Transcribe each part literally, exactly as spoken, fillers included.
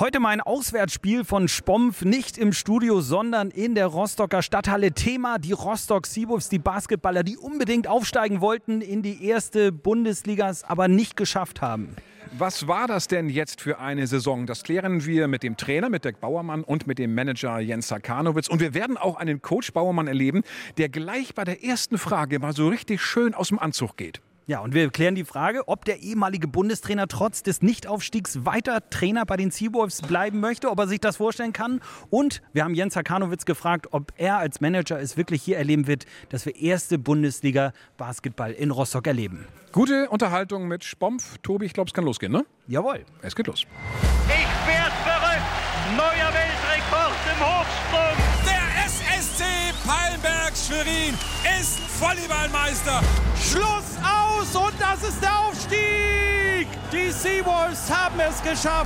Heute mein Auswärtsspiel von Spompf, nicht im Studio, sondern in der Rostocker Stadthalle. Thema die Rostock Seawolves, die Basketballer, die unbedingt aufsteigen wollten in die erste Bundesliga, es aber nicht geschafft haben. Was war das denn jetzt für eine Saison? Das klären wir mit dem Trainer, mit Dirk Bauermann und mit dem Manager Jens Sakanowitz. Und wir werden auch einen Coach Bauermann erleben, der gleich bei der ersten Frage mal so richtig schön aus dem Anzug geht. Ja, und wir klären die Frage, ob der ehemalige Bundestrainer trotz des Nichtaufstiegs weiter Trainer bei den Seawolves bleiben möchte, ob er sich das vorstellen kann. Und wir haben Jens Sakanowitz gefragt, ob er als Manager es wirklich hier erleben wird, dass wir erste Bundesliga-Basketball in Rostock erleben. Gute Unterhaltung mit Spompf. Tobi, ich glaube, es kann losgehen, ne? Jawohl. Es geht los. Ich werd verrückt! Neuer Weltrekord im Hochsprung! Der S S C Palmberg Schwerin ist Volleyballmeister. Schluss aus und das ist der Aufstieg! Die Seawolves haben es geschafft!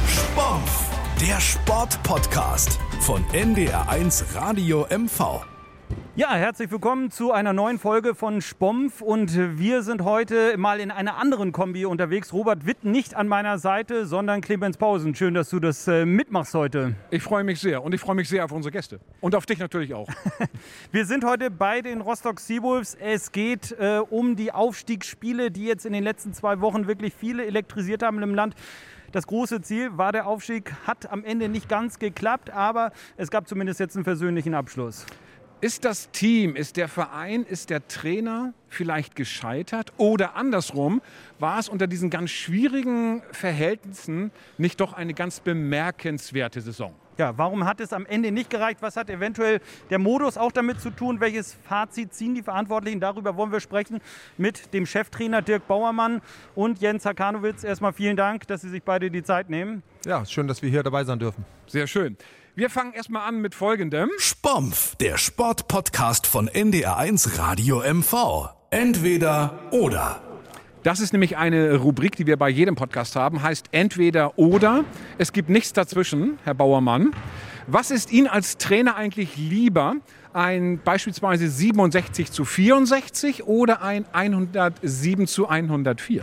Spompf, der Sportpodcast von N D R eins Radio M V. Ja, herzlich willkommen zu einer neuen Folge von Spompf und wir sind heute mal in einer anderen Kombi unterwegs. Robert Witt nicht an meiner Seite, sondern Clemens Pausen. Schön, dass du das äh, mitmachst heute. Ich freue mich sehr und ich freue mich sehr auf unsere Gäste und auf dich natürlich auch. Wir sind heute bei den Rostock Seawolves. Es geht äh, um die Aufstiegsspiele, die jetzt in den letzten zwei Wochen wirklich viele elektrisiert haben im Land. Das große Ziel war der Aufstieg, hat am Ende nicht ganz geklappt, aber es gab zumindest jetzt einen versöhnlichen Abschluss. Ist das Team, ist der Verein, ist der Trainer vielleicht gescheitert? Oder andersrum, war es unter diesen ganz schwierigen Verhältnissen nicht doch eine ganz bemerkenswerte Saison? Ja, warum hat es am Ende nicht gereicht? Was hat eventuell der Modus auch damit zu tun? Welches Fazit ziehen die Verantwortlichen? Darüber wollen wir sprechen mit dem Cheftrainer Dirk Bauermann und Jens Sakanowitz. Erstmal vielen Dank, dass Sie sich beide die Zeit nehmen. Ja, schön, dass wir hier dabei sein dürfen. Sehr schön. Wir fangen erstmal an mit Folgendem. Spompf, der Sportpodcast von N D R eins Radio M V. Entweder oder. Das ist nämlich eine Rubrik, die wir bei jedem Podcast haben, heißt Entweder oder. Es gibt nichts dazwischen, Herr Bauermann. Was ist Ihnen als Trainer eigentlich lieber? Ein beispielsweise siebenundsechzig zu vierundsechzig oder ein hundertsieben zu hundertvier?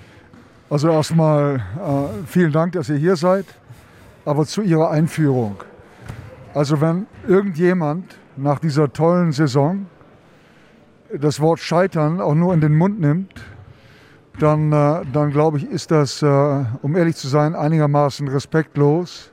Also erstmal äh, vielen Dank, dass ihr hier seid. Aber zu Ihrer Einführung. Also wenn irgendjemand nach dieser tollen Saison das Wort Scheitern auch nur in den Mund nimmt, dann, äh, dann glaube ich, ist das, äh, um ehrlich zu sein, einigermaßen respektlos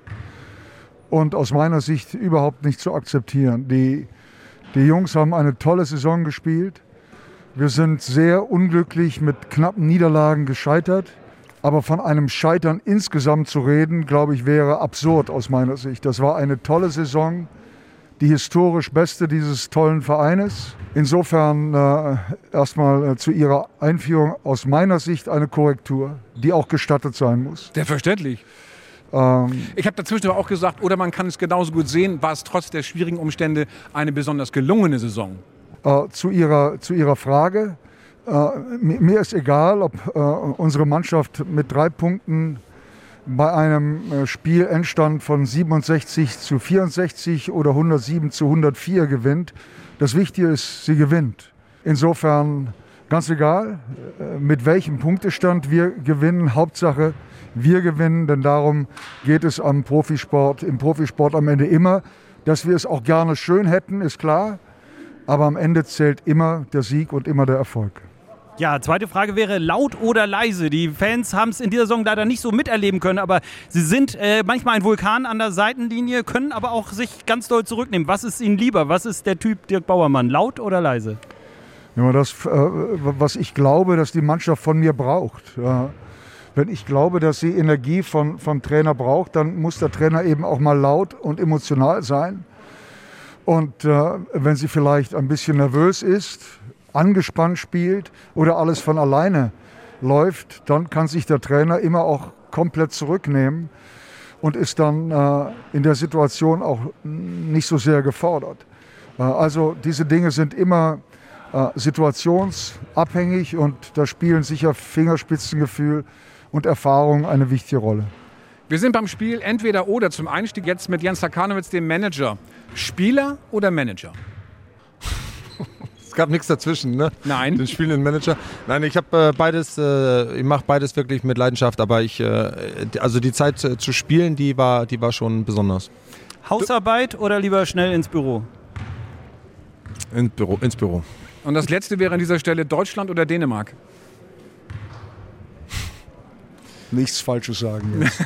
und aus meiner Sicht überhaupt nicht zu akzeptieren. Die, die Jungs haben eine tolle Saison gespielt. Wir sind sehr unglücklich mit knappen Niederlagen gescheitert. Aber von einem Scheitern insgesamt zu reden, glaube ich, wäre absurd aus meiner Sicht. Das war eine tolle Saison, die historisch beste dieses tollen Vereines. Insofern äh, erstmal äh, zu Ihrer Einführung aus meiner Sicht eine Korrektur, die auch gestattet sein muss. Selbstverständlich. Ähm, ich habe dazwischen aber auch gesagt, oder man kann es genauso gut sehen, war es trotz der schwierigen Umstände eine besonders gelungene Saison. Äh, zu Ihrer, zu Ihrer Frage. Uh, mir ist egal, ob uh, unsere Mannschaft mit drei Punkten bei einem uh, Spielendstand von siebenundsechzig zu vierundsechzig oder hundertsieben zu hundertvier gewinnt. Das Wichtige ist, sie gewinnt. Insofern ganz egal, uh, mit welchem Punktestand wir gewinnen. Hauptsache, wir gewinnen, denn darum geht es am Profisport, im Profisport am Ende immer. Dass wir es auch gerne schön hätten, ist klar. Aber am Ende zählt immer der Sieg und immer der Erfolg. Ja, zweite Frage wäre laut oder leise. Die Fans haben es in dieser Saison leider nicht so miterleben können, aber sie sind äh, manchmal ein Vulkan an der Seitenlinie, können aber auch sich ganz doll zurücknehmen. Was ist Ihnen lieber? Was ist der Typ Dirk Bauermann, laut oder leise? Ja, das, äh, was ich glaube, dass die Mannschaft von mir braucht. Ja. Wenn ich glaube, dass sie Energie von, vom Trainer braucht, dann muss der Trainer eben auch mal laut und emotional sein. Und äh, wenn sie vielleicht ein bisschen nervös ist, angespannt spielt oder alles von alleine läuft, dann kann sich der Trainer immer auch komplett zurücknehmen und ist dann äh, in der Situation auch nicht so sehr gefordert. Äh, also diese Dinge sind immer äh, situationsabhängig und da spielen sicher Fingerspitzengefühl und Erfahrung eine wichtige Rolle. Wir sind beim Spiel Entweder oder zum Einstieg jetzt mit Jens Sakanowitz, dem Manager. Spieler oder Manager? es gab nichts dazwischen, ne? Nein. Den spielenden Manager. Nein, ich habe äh, beides, äh, ich mache beides wirklich mit Leidenschaft, aber ich, äh, also die Zeit äh, zu spielen, die war, die war schon besonders. Hausarbeit oder lieber schnell ins Büro? Ins Büro, ins Büro. Und das letzte wäre an dieser Stelle Deutschland oder Dänemark? Nichts Falsches sagen jetzt.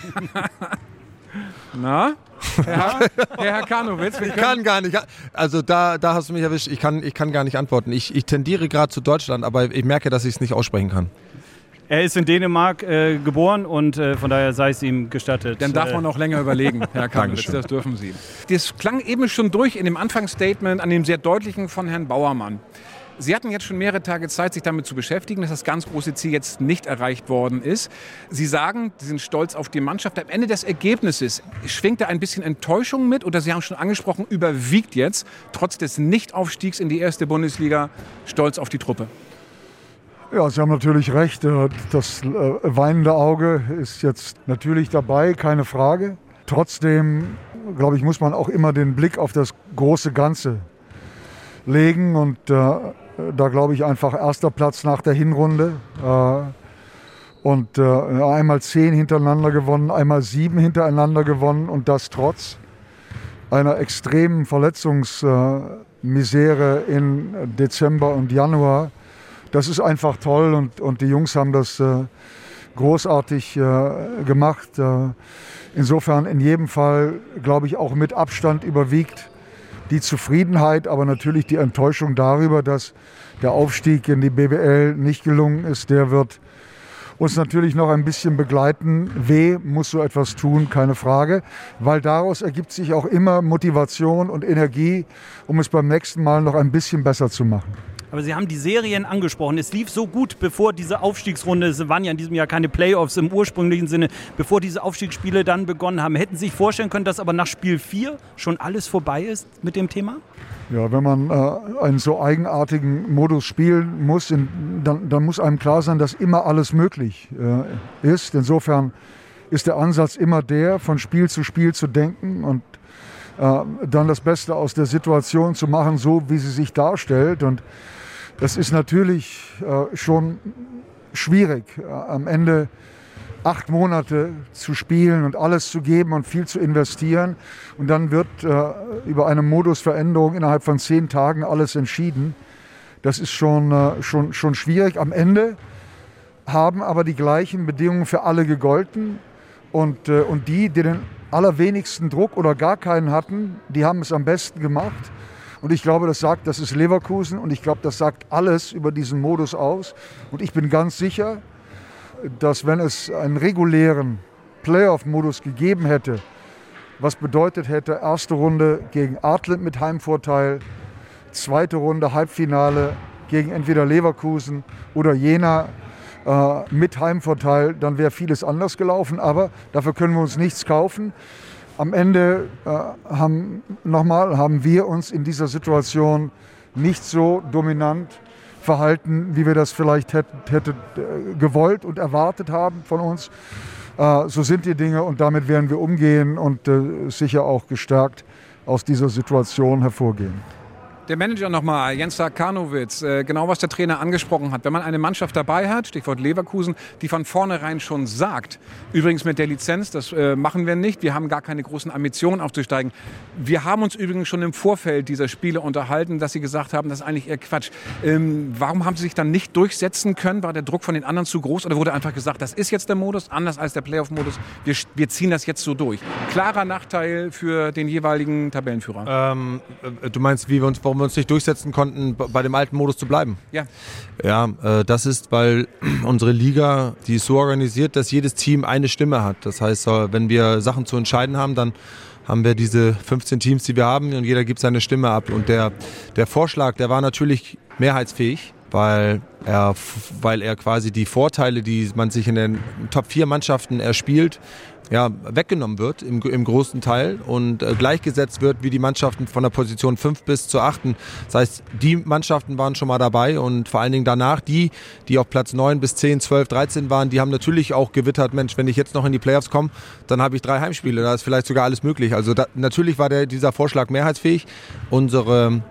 Na? Herr, Herr Hakanowitz, wir Ich kann gar nicht, also da, da hast du mich erwischt, ich kann, ich kann gar nicht antworten. Ich, ich tendiere gerade zu Deutschland, aber ich merke, dass ich es nicht aussprechen kann. Er ist in Dänemark äh, geboren und äh, von daher sei es ihm gestattet. Dann darf man noch länger überlegen, Herr Hakanowitz, Dankeschön. das dürfen Sie. Das klang eben schon durch in dem Anfangsstatement, an dem sehr deutlichen von Herrn Bauermann. Sie hatten jetzt schon mehrere Tage Zeit, sich damit zu beschäftigen, dass das ganz große Ziel jetzt nicht erreicht worden ist. Sie sagen, Sie sind stolz auf die Mannschaft. Am Ende des Ergebnisses schwingt da ein bisschen Enttäuschung mit oder Sie haben schon angesprochen, überwiegt jetzt trotz des Nichtaufstiegs in die erste Bundesliga Stolz auf die Truppe? Ja, Sie haben natürlich recht. Das weinende Auge ist jetzt natürlich dabei, keine Frage. Trotzdem, glaube ich, muss man auch immer den Blick auf das große Ganze legen. Und äh, da glaube ich einfach erster Platz nach der Hinrunde. Äh, und äh, einmal zehn hintereinander gewonnen, einmal sieben hintereinander gewonnen. Und das trotz einer extremen Verletzungsmisere in Dezember und Januar. Das ist einfach toll und, und die Jungs haben das äh, großartig äh, gemacht. Äh, insofern in jedem Fall, glaube ich, auch mit Abstand überwiegt die Zufriedenheit, aber natürlich die Enttäuschung darüber, dass der Aufstieg in die B B L nicht gelungen ist. Der wird uns natürlich noch ein bisschen begleiten. W muss so etwas tun, keine Frage, weil daraus ergibt sich auch immer Motivation und Energie, um es beim nächsten Mal noch ein bisschen besser zu machen. Aber Sie haben die Serien angesprochen. Es lief so gut, bevor diese Aufstiegsrunde, es waren ja in diesem Jahr keine Playoffs im ursprünglichen Sinne, bevor diese Aufstiegsspiele dann begonnen haben. Hätten Sie sich vorstellen können, dass aber nach Spiel vier schon alles vorbei ist mit dem Thema? Ja, wenn man äh, einen so eigenartigen Modus spielen muss, in, dann, dann muss einem klar sein, dass immer alles möglich äh, ist. Insofern ist der Ansatz immer der, von Spiel zu Spiel zu denken und äh, dann das Beste aus der Situation zu machen, so wie sie sich darstellt. Und das ist natürlich äh, schon schwierig, äh, am Ende acht Monate zu spielen und alles zu geben und viel zu investieren. Und dann wird äh, über eine Modusveränderung innerhalb von zehn Tagen alles entschieden. Das ist schon, äh, schon, schon schwierig. Am Ende haben aber die gleichen Bedingungen für alle gegolten. Und, äh, und die, die den allerwenigsten Druck oder gar keinen hatten, die haben es am besten gemacht. Und ich glaube, das sagt, das ist Leverkusen und ich glaube, das sagt alles über diesen Modus aus. Und ich bin ganz sicher, dass wenn es einen regulären Playoff-Modus gegeben hätte, was bedeutet hätte, erste Runde gegen Adlet mit Heimvorteil, zweite Runde Halbfinale gegen entweder Leverkusen oder Jena äh, mit Heimvorteil, dann wäre vieles anders gelaufen. Aber dafür können wir uns nichts kaufen. Am Ende äh, haben, nochmal, haben wir uns in dieser Situation nicht so dominant verhalten, wie wir das vielleicht hätten hätte, äh, gewollt und erwartet haben von uns. Äh, so sind die Dinge und damit werden wir umgehen und äh, sicher auch gestärkt aus dieser Situation hervorgehen. Der Manager nochmal, Jens Hakanowitz, äh, genau was der Trainer angesprochen hat. Wenn man eine Mannschaft dabei hat, Stichwort Leverkusen, die von vornherein schon sagt, übrigens mit der Lizenz, das äh, machen wir nicht, wir haben gar keine großen Ambitionen aufzusteigen. Wir haben uns übrigens schon im Vorfeld dieser Spiele unterhalten, dass Sie gesagt haben, das ist eigentlich eher Quatsch. Ähm, warum haben Sie sich dann nicht durchsetzen können? War der Druck von den anderen zu groß oder wurde einfach gesagt, das ist jetzt der Modus, anders als der Playoff-Modus, wir, wir ziehen das jetzt so durch? Klarer Nachteil für den jeweiligen Tabellenführer. Ähm, du meinst, wie wir uns, warum wir uns nicht durchsetzen konnten, bei dem alten Modus zu bleiben? Ja. Ja, äh, das ist, weil unsere Liga, die ist so organisiert, dass jedes Team eine Stimme hat. Das heißt, wenn wir Sachen zu entscheiden haben, dann haben wir diese fünfzehn Teams, die wir haben und jeder gibt seine Stimme ab. Und der, der Vorschlag, der war natürlich mehrheitsfähig, weil er, weil er quasi die Vorteile, die man sich in den Top vier Mannschaften erspielt, ja, weggenommen wird im, im großen Teil und äh, gleichgesetzt wird wie die Mannschaften von der Position fünf bis zur achten. Das heißt, die Mannschaften waren schon mal dabei und vor allen Dingen danach die, die auf Platz neun bis zehn, zwölf, dreizehn waren, die haben natürlich auch gewittert, Mensch, wenn ich jetzt noch in die Playoffs komme, dann habe ich drei Heimspiele, da ist vielleicht sogar alles möglich. Also da, natürlich war der, dieser Vorschlag mehrheitsfähig. Unsere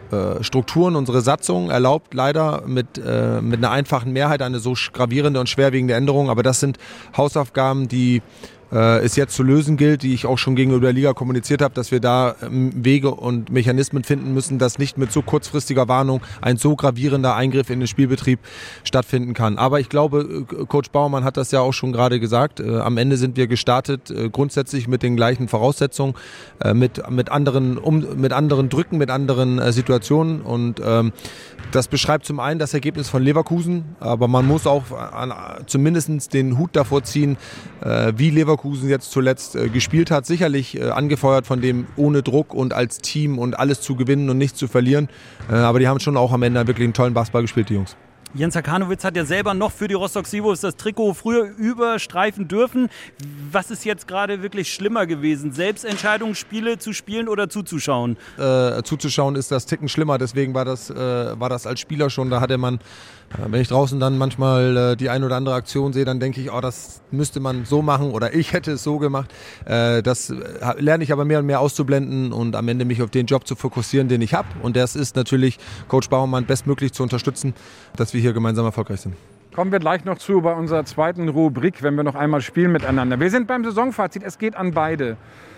äh, Strukturen, unsere Satzung erlaubt leider mit, äh, mit einer einfachen Mehrheit eine so gravierende und schwerwiegende Änderung. Aber das sind Hausaufgaben, die äh, es jetzt zu lösen gilt, die ich auch schon gegenüber der Liga kommuniziert habe, dass wir da ähm, Wege und Mechanismen finden müssen, dass nicht mit so kurzfristiger Warnung ein so gravierender Eingriff in den Spielbetrieb stattfinden kann. Aber ich glaube, Coach Baumann hat das ja auch schon gerade gesagt, äh, am Ende sind wir gestartet, äh, grundsätzlich mit den gleichen Voraussetzungen, äh, mit, mit, anderen, um, mit anderen Drücken, mit anderen äh, Situationen und ähm, das beschreibt zum einen das Ergebnis von Leverkusen, aber man muss auch an, zumindest den Hut davor ziehen, äh, wie Leverkusen jetzt zuletzt äh, gespielt hat. Sicherlich äh, angefeuert von dem ohne Druck und als Team und alles zu gewinnen und nichts zu verlieren. Äh, aber die haben schon auch am Ende wirklich einen tollen Basketball gespielt, die Jungs. Jens Hakanowitz hat ja selber noch für die Rostock Seawolves das Trikot früher überstreifen dürfen. Was ist jetzt gerade wirklich schlimmer gewesen? Selbstentscheidungsspiele zu spielen oder zuzuschauen? Äh, zuzuschauen ist das Ticken schlimmer, deswegen war das, äh, war das als Spieler schon, da hatte man, äh, wenn ich draußen dann manchmal äh, die ein oder andere Aktion sehe, dann denke ich, oh, das müsste man so machen oder ich hätte es so gemacht. Äh, das äh, lerne ich aber mehr und mehr auszublenden und am Ende mich auf den Job zu fokussieren, den ich habe. Und das ist natürlich, Coach Baumann bestmöglich zu unterstützen, dass wir hier gemeinsam erfolgreich sind. Kommen wir gleich noch zu bei unserer zweiten Rubrik, wenn wir noch einmal spielen miteinander. Wir sind beim Saisonfazit, es geht an beide.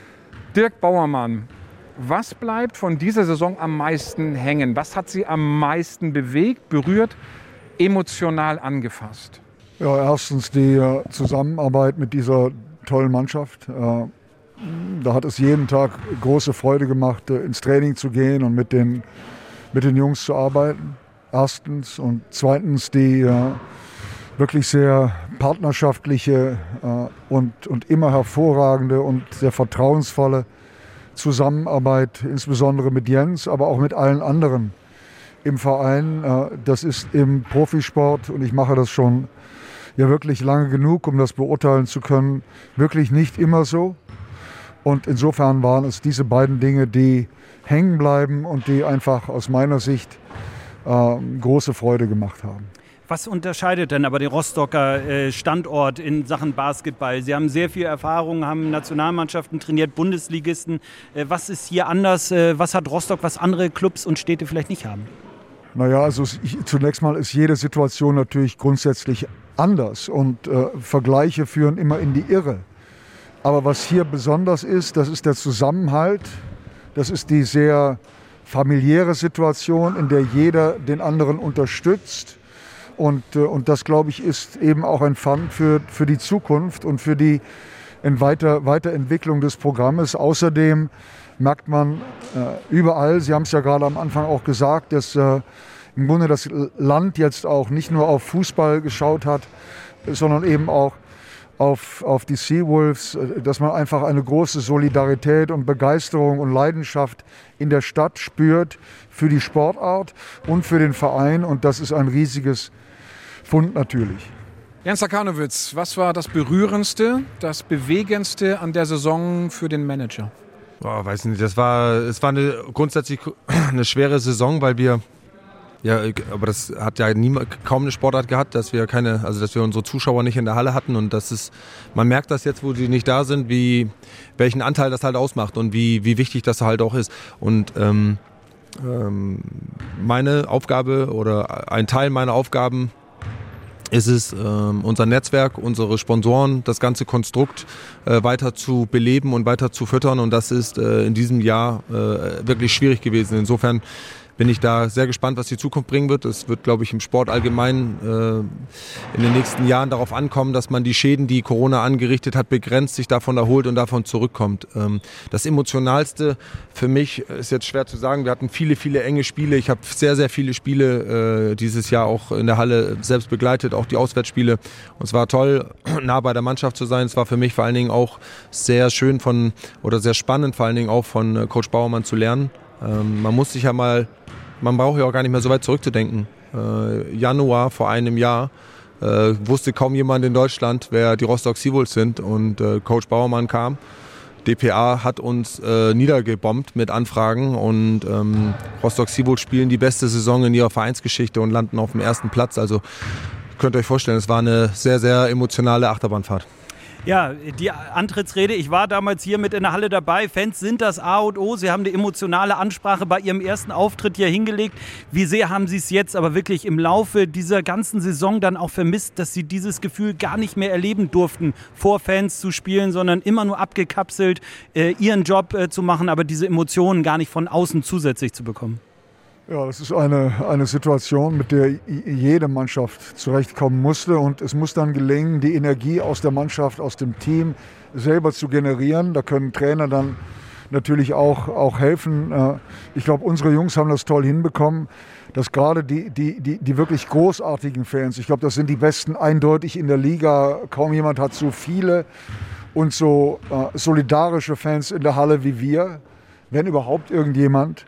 Dirk Bauermann, was bleibt von dieser Saison am meisten hängen? Was hat Sie am meisten bewegt, berührt, emotional angefasst? Ja, erstens die äh, Zusammenarbeit mit dieser tollen Mannschaft. Äh, da hat es jeden Tag große Freude gemacht, äh, ins Training zu gehen und mit den, mit den Jungs zu arbeiten. Erstens. Und zweitens die äh, wirklich sehr partnerschaftliche äh, und, und immer hervorragende und sehr vertrauensvolle Zusammenarbeit, insbesondere mit Jens, aber auch mit allen anderen im Verein. Äh, das ist im Profisport, und ich mache das schon ja wirklich lange genug, um das beurteilen zu können, wirklich nicht immer so. Und insofern waren es diese beiden Dinge, die hängen bleiben und die einfach aus meiner Sicht äh, große Freude gemacht haben. Was unterscheidet denn aber den Rostocker äh, Standort in Sachen Basketball? Sie haben sehr viel Erfahrung, haben Nationalmannschaften trainiert, Bundesligisten. Äh, was ist hier anders? Äh, was hat Rostock, was andere Clubs und Städte vielleicht nicht haben? Naja, also ich, zunächst mal ist jede Situation natürlich grundsätzlich anders und äh, Vergleiche führen immer in die Irre. Aber was hier besonders ist, das ist der Zusammenhalt, das ist die sehr familiäre Situation, in der jeder den anderen unterstützt. Und, und das, glaube ich, ist eben auch ein Pfand für, für die Zukunft und für die Weiter, Weiterentwicklung des Programmes. Außerdem merkt man äh, überall, Sie haben es ja gerade am Anfang auch gesagt, dass äh, im Grunde das Land jetzt auch nicht nur auf Fußball geschaut hat, sondern eben auch auf, auf die Seawolves, dass man einfach eine große Solidarität und Begeisterung und Leidenschaft in der Stadt spürt für die Sportart und für den Verein. Und das ist ein riesiges Fund natürlich. Jens Hakanowitz, was war das Berührendste, das Bewegendste an der Saison für den Manager? Oh, weiß nicht, das war, es war eine, grundsätzlich eine schwere Saison, weil wir, ja, aber das hat ja niemand, kaum eine Sportart gehabt, dass wir keine, also dass wir unsere Zuschauer nicht in der Halle hatten, und das ist, man merkt das jetzt, wo sie nicht da sind, wie, welchen Anteil das halt ausmacht und wie, wie wichtig das halt auch ist. Und ähm, ähm, meine Aufgabe oder ein Teil meiner Aufgaben ist es, äh, unser Netzwerk, unsere Sponsoren, das ganze Konstrukt äh, weiter zu beleben und weiter zu füttern, und das ist äh, in diesem Jahr äh, wirklich schwierig gewesen. Insofern bin ich da sehr gespannt, was die Zukunft bringen wird. Es wird, glaube ich, im Sport allgemein äh, in den nächsten Jahren darauf ankommen, dass man die Schäden, die Corona angerichtet hat, begrenzt, sich davon erholt und davon zurückkommt. Ähm, das Emotionalste für mich ist jetzt schwer zu sagen. Wir hatten viele, viele enge Spiele. Ich habe sehr, sehr viele Spiele äh, dieses Jahr auch in der Halle selbst begleitet, auch die Auswärtsspiele. Und es war toll, nah bei der Mannschaft zu sein. Es war für mich vor allen Dingen auch sehr schön von, oder sehr spannend vor allen Dingen auch von äh, Coach Bauermann zu lernen. Ähm, man muss sich ja mal, man braucht ja auch gar nicht mehr so weit zurückzudenken. Äh, Januar vor einem Jahr äh, wusste kaum jemand in Deutschland, wer die Rostock Seawolves sind, und äh, Coach Bauermann kam. D P A hat uns äh, niedergebombt mit Anfragen, und ähm, Rostock Seawolves spielen die beste Saison in ihrer Vereinsgeschichte und landen auf dem ersten Platz. Also könnt ihr euch vorstellen, es war eine sehr, sehr emotionale Achterbahnfahrt. Ja, die Antrittsrede, ich war damals hier mit in der Halle dabei. Fans sind das A und O. Sie haben eine emotionale Ansprache bei ihrem ersten Auftritt hier hingelegt. Wie sehr haben Sie es jetzt aber wirklich im Laufe dieser ganzen Saison dann auch vermisst, dass Sie dieses Gefühl gar nicht mehr erleben durften, vor Fans zu spielen, sondern immer nur abgekapselt, äh, Ihren Job äh, zu machen, aber diese Emotionen gar nicht von außen zusätzlich zu bekommen? Ja, das ist eine, eine Situation, mit der jede Mannschaft zurechtkommen musste. Und es muss dann gelingen, die Energie aus der Mannschaft, aus dem Team selber zu generieren. Da können Trainer dann natürlich auch, auch helfen. Ich glaube, unsere Jungs haben das toll hinbekommen, dass gerade die, die, die, die wirklich großartigen Fans, ich glaube, das sind die besten eindeutig in der Liga. Kaum jemand hat so viele und so äh, solidarische Fans in der Halle wie wir, wenn überhaupt irgendjemand.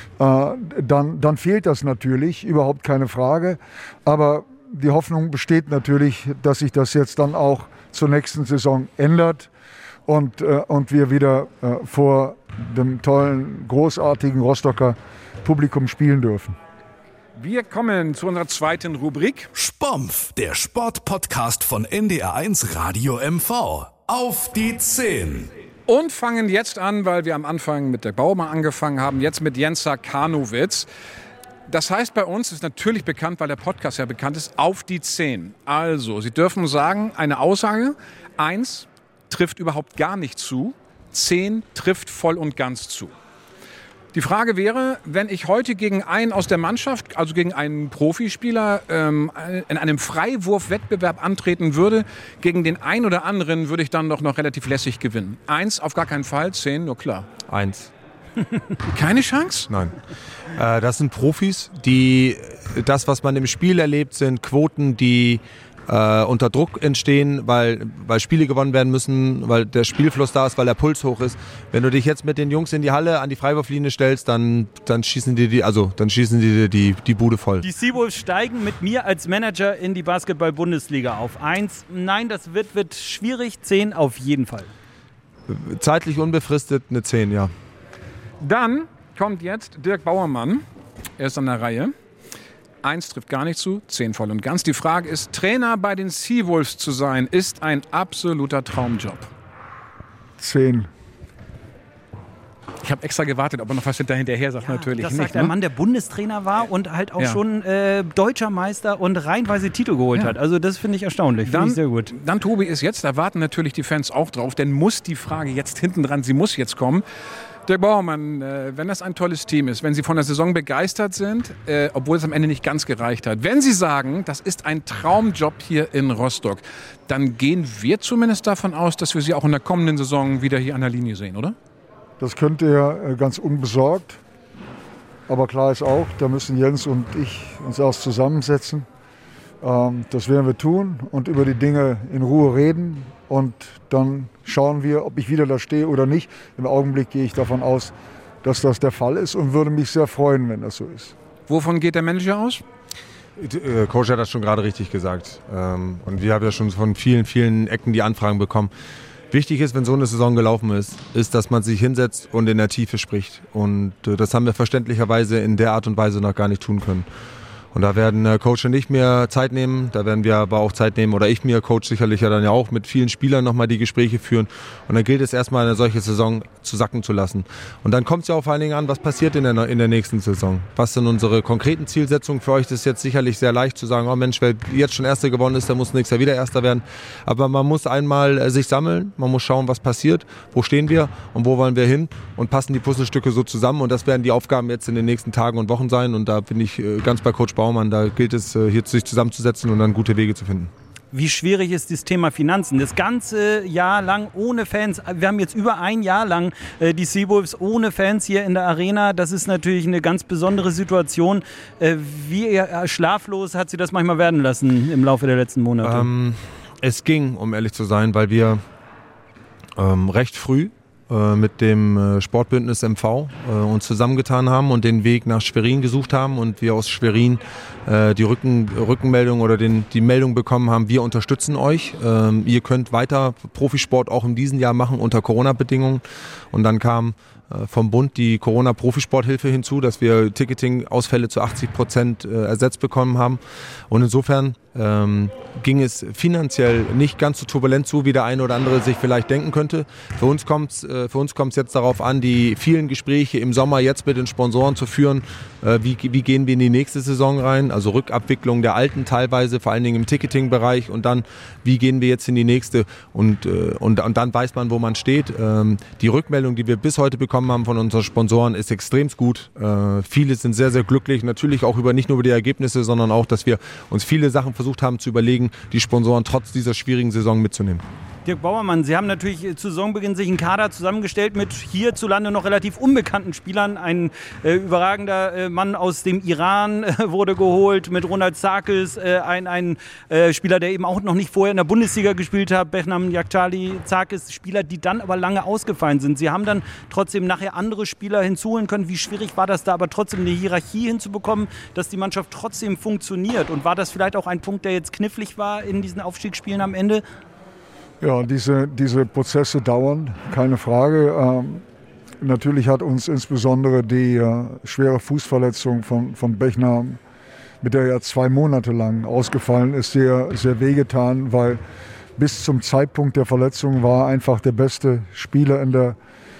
Dann, dann fehlt das natürlich, überhaupt keine Frage. Aber die Hoffnung besteht natürlich, dass sich das jetzt dann auch zur nächsten Saison ändert und, äh, und wir wieder äh, vor dem tollen, großartigen Rostocker Publikum spielen dürfen. Wir kommen zu unserer zweiten Rubrik. Spompf, der Sportpodcast von N D R eins Radio M V. Auf die zehn. Und fangen jetzt an, weil wir am Anfang mit der Baumann angefangen haben, jetzt mit Jens Sakanowitz. Das heißt bei uns, ist natürlich bekannt, weil der Podcast ja bekannt ist, auf die zehn. Also, Sie dürfen sagen, eine Aussage, eins trifft überhaupt gar nicht zu, zehn trifft voll und ganz zu. Die Frage wäre, wenn ich heute gegen einen aus der Mannschaft, also gegen einen Profispieler, ähm, in einem Freiwurfwettbewerb antreten würde, gegen den einen oder anderen würde ich dann doch noch relativ lässig gewinnen. Eins auf gar keinen Fall, zehn, nur klar. Eins. Keine Chance? Nein. Äh, das sind Profis, die das, was man im Spiel erlebt, sind Quoten, die äh, unter Druck entstehen, weil, weil Spiele gewonnen werden müssen, weil der Spielfluss da ist, weil der Puls hoch ist. Wenn du dich jetzt mit den Jungs in die Halle an die Freiwurflinie stellst, dann, dann schießen die, die, also, dann schießen die, die die Bude voll. Die Seawolves steigen mit mir als Manager in die Basketball-Bundesliga auf. Eins, nein, das wird, wird schwierig. Zehn auf jeden Fall. Zeitlich unbefristet eine zehn, ja. Dann kommt jetzt Dirk Bauermann. Er ist an der Reihe. Eins trifft gar nicht zu, zehn voll und ganz. Die Frage ist, Trainer bei den Seawolves zu sein, ist ein absoluter Traumjob. Zehn. Ich habe extra gewartet, ob er noch was hinterher sagt, Ja, natürlich das nicht. sagt Ne? ein Mann, der Bundestrainer war und halt auch Ja. schon äh, deutscher Meister und reihenweise Titel geholt Ja. hat. Also das finde ich erstaunlich, finde Dann, ich sehr gut. dann, Tobi, ist jetzt, da warten natürlich die Fans auch drauf, denn muss die Frage jetzt hinten dran, sie muss jetzt kommen. Dirk Bauermann, äh, wenn das ein tolles Team ist, wenn Sie von der Saison begeistert sind, äh, obwohl es am Ende nicht ganz gereicht hat, wenn Sie sagen, das ist ein Traumjob hier in Rostock, dann gehen wir zumindest davon aus, dass wir Sie auch in der kommenden Saison wieder hier an der Linie sehen, oder? Das könnt ihr äh, ganz unbesorgt. Aber klar ist auch, da müssen Jens und ich uns erst zusammensetzen. Ähm, das werden wir tun und über die Dinge in Ruhe reden. Und dann schauen wir, ob ich wieder da stehe oder nicht. Im Augenblick gehe ich davon aus, dass das der Fall ist und würde mich sehr freuen, wenn das so ist. Wovon geht der Manager aus? Der Coach hat das schon gerade richtig gesagt. Und wir haben ja schon von vielen, vielen Ecken die Anfragen bekommen. Wichtig ist, wenn so eine Saison gelaufen ist, ist, dass man sich hinsetzt und in der Tiefe spricht. Und das haben wir verständlicherweise in der Art und Weise noch gar nicht tun können. Und da werden äh, Coach und ich mir Zeit nehmen, da werden wir aber auch Zeit nehmen, oder ich mir, Coach sicherlich ja dann ja auch, mit vielen Spielern nochmal die Gespräche führen. Und dann gilt es erstmal, eine solche Saison zu sacken zu lassen. Und dann kommt es ja auch vor allen Dingen an, was passiert in der, in der nächsten Saison. Was sind unsere konkreten Zielsetzungen? Für euch ist es jetzt sicherlich sehr leicht zu sagen, oh Mensch, wer jetzt schon Erster gewonnen ist, der muss nächstes Jahr wieder Erster werden. Aber man muss einmal äh, sich sammeln, man muss schauen, was passiert, wo stehen wir und wo wollen wir hin und passen die Puzzlestücke so zusammen. Und das werden die Aufgaben jetzt in den nächsten Tagen und Wochen sein. Und da bin ich äh, ganz bei Coach Baumann. Da gilt es, hier sich zusammenzusetzen und dann gute Wege zu finden. Wie schwierig ist das Thema Finanzen? Das ganze Jahr lang ohne Fans. Wir haben jetzt über ein Jahr lang äh, die Seawolves ohne Fans hier in der Arena. Das ist natürlich eine ganz besondere Situation. Äh, wie äh, schlaflos hat sie das manchmal werden lassen im Laufe der letzten Monate? Ähm, es ging, um ehrlich zu sein, weil wir ähm, recht früh mit dem Sportbündnis M V äh, uns zusammengetan haben und den Weg nach Schwerin gesucht haben und wir aus Schwerin äh, die Rücken, Rückenmeldung oder den, die Meldung bekommen haben, wir unterstützen euch. Ähm, ihr könnt weiter Profisport auch in diesem Jahr machen unter Corona-Bedingungen. Und dann kam äh, vom Bund die Corona-Profisporthilfe hinzu, dass wir Ticketing-Ausfälle zu achtzig Prozent äh, ersetzt bekommen haben. Und insofern ähm, ging es finanziell nicht ganz so turbulent zu, wie der eine oder andere sich vielleicht denken könnte. Für uns kommt es äh, für uns kommt's jetzt darauf an, die vielen Gespräche im Sommer jetzt mit den Sponsoren zu führen. Äh, wie, wie gehen wir in die nächste Saison rein? Also Rückabwicklung der alten teilweise, vor allen Dingen im Ticketing-Bereich, und dann, wie gehen wir jetzt in die nächste? Und, äh, und, und dann weiß man, wo man steht. Ähm, die Rückmeldung, die wir bis heute bekommen haben von unseren Sponsoren, ist extrem gut. Äh, viele sind sehr, sehr glücklich. Natürlich auch über nicht nur über die Ergebnisse, sondern auch, dass wir uns viele Sachen versucht haben zu überlegen, die Sponsoren trotz dieser schwierigen Saison mitzunehmen. Dirk Bauermann, Sie haben natürlich zu Saisonbeginn sich einen Kader zusammengestellt mit hierzulande noch relativ unbekannten Spielern. Ein äh, überragender äh, Mann aus dem Iran äh, wurde geholt, mit Ronald Sarkis, äh, ein, ein äh, Spieler, der eben auch noch nicht vorher in der Bundesliga gespielt hat, Behnam Yakhchali, Sarkis, Spieler, die dann aber lange ausgefallen sind. Sie haben dann trotzdem nachher andere Spieler hinzuholen können. Wie schwierig war das da aber trotzdem eine Hierarchie hinzubekommen, dass die Mannschaft trotzdem funktioniert? Und war das vielleicht auch ein Punkt, der jetzt knifflig war in diesen Aufstiegsspielen am Ende? Ja, diese, diese Prozesse dauern, keine Frage. Ähm, natürlich hat uns insbesondere die äh, schwere Fußverletzung von, von Behnam, mit der er zwei Monate lang ausgefallen ist, sehr, sehr wehgetan, weil bis zum Zeitpunkt der Verletzung war er einfach der beste Spieler in der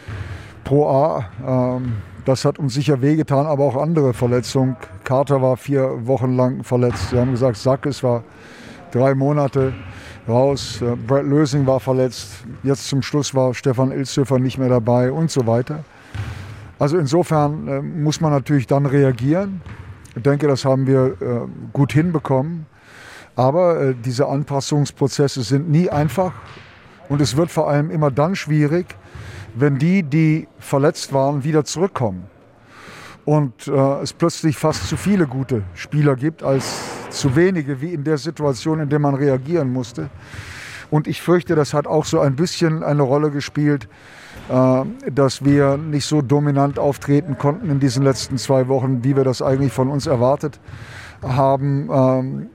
Pro A. Ähm, das hat uns sicher wehgetan, aber auch andere Verletzungen. Carter war vier Wochen lang verletzt. Wir haben gesagt, Sarkis war drei Monate raus, Brad Lösing war verletzt, jetzt zum Schluss war Stefan Ilshöfer nicht mehr dabei und so weiter. Also insofern äh, muss man natürlich dann reagieren. Ich denke, das haben wir äh, gut hinbekommen. Aber äh, diese Anpassungsprozesse sind nie einfach und es wird vor allem immer dann schwierig, wenn die, die verletzt waren, wieder zurückkommen. Und äh, es plötzlich fast zu viele gute Spieler gibt als zu wenige, wie in der Situation, in der man reagieren musste. Und ich fürchte, das hat auch so ein bisschen eine Rolle gespielt, äh, dass wir nicht so dominant auftreten konnten in diesen letzten zwei Wochen, wie wir das eigentlich von uns erwartet haben. Ähm,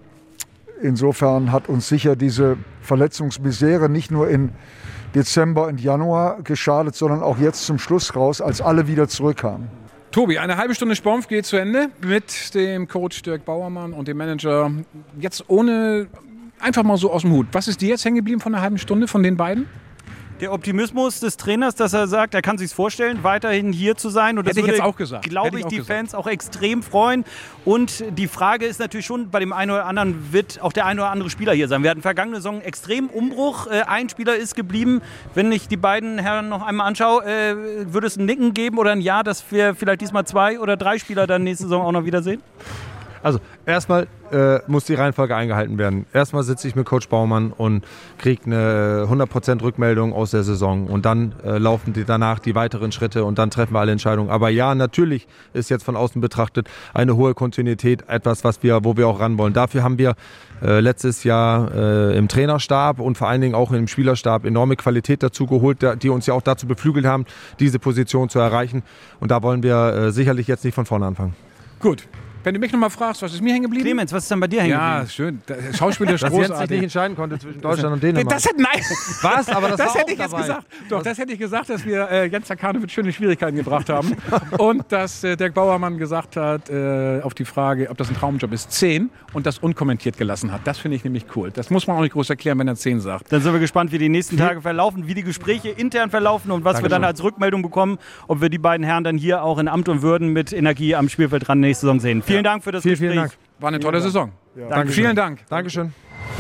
insofern hat uns sicher diese Verletzungsmisere nicht nur in Dezember und Januar geschadet, sondern auch jetzt zum Schluss raus, als alle wieder zurückkamen. Tobi, eine halbe Stunde Spornf geht zu Ende mit dem Coach Dirk Bauermann und dem Manager. Jetzt ohne, einfach mal so aus dem Hut. Was ist dir jetzt hängen geblieben von einer halben Stunde von den beiden? Der Optimismus des Trainers, dass er sagt, er kann sich vorstellen, weiterhin hier zu sein. Und das Hätte ich würde, jetzt auch gesagt. glaube Hätte ich, ich auch die gesagt. Fans auch extrem freuen. Und die Frage ist natürlich schon, bei dem einen oder anderen wird auch der ein oder andere Spieler hier sein. Wir hatten vergangene Saison extrem Umbruch. Äh, ein Spieler ist geblieben. Wenn ich die beiden Herren noch einmal anschaue, äh, würde es ein Nicken geben oder ein Ja, dass wir vielleicht diesmal zwei oder drei Spieler dann nächste Saison auch noch wiedersehen? Also erstmal äh, muss die Reihenfolge eingehalten werden. Erstmal sitze ich mit Coach Baumann und kriege eine hundert Prozent Rückmeldung aus der Saison. Und dann äh, laufen die danach die weiteren Schritte und dann treffen wir alle Entscheidungen. Aber ja, natürlich ist jetzt von außen betrachtet eine hohe Kontinuität etwas, was wir, wo wir auch ran wollen. Dafür haben wir äh, letztes Jahr äh, im Trainerstab und vor allen Dingen auch im Spielerstab enorme Qualität dazu geholt, die uns ja auch dazu beflügelt haben, diese Position zu erreichen. Und da wollen wir äh, sicherlich jetzt nicht von vorne anfangen. Gut. Wenn du mich noch mal fragst, was ist mir hängen geblieben? Clemens, was ist denn bei dir hängen Ja, geblieben? schön. Schauspieler ist Dass Jens sich großartig. nicht entscheiden konnte zwischen Deutschland und Dänemark. Das hätte, nein. Was? Aber das, Das war hätte auch ich jetzt dabei. gesagt. Doch, das hätte ich gesagt, dass wir äh, Jens Zakanovic schöne Schwierigkeiten gebracht haben. Und dass äh, Dirk Bauermann gesagt hat, äh, auf die Frage, ob das ein Traumjob ist, zehn und das unkommentiert gelassen hat. Das finde ich nämlich cool. Das muss man auch nicht groß erklären, wenn er zehn sagt. Dann sind wir gespannt, wie die nächsten Tage verlaufen, wie die Gespräche intern verlaufen und was Dankeschön. wir dann als Rückmeldung bekommen, ob wir die beiden Herren dann hier auch in Amt und Würden mit Energie am Spielfeld dran nächste Saison sehen. Vielen Dank für das Vielen, Gespräch. vielen Dank. War eine tolle Saison. Danke. Vielen Dank. Dankeschön.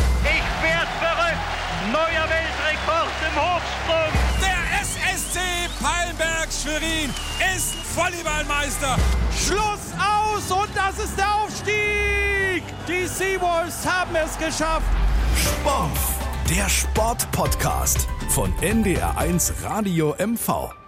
Ich werd verrückt. Neuer Weltrekord im Hochsprung. Der S S C Palmberg Schwerin ist Volleyballmeister. Schluss aus und das ist der Aufstieg. Die Seawolves haben es geschafft. Spornf, der Sportpodcast von N D R eins Radio M V.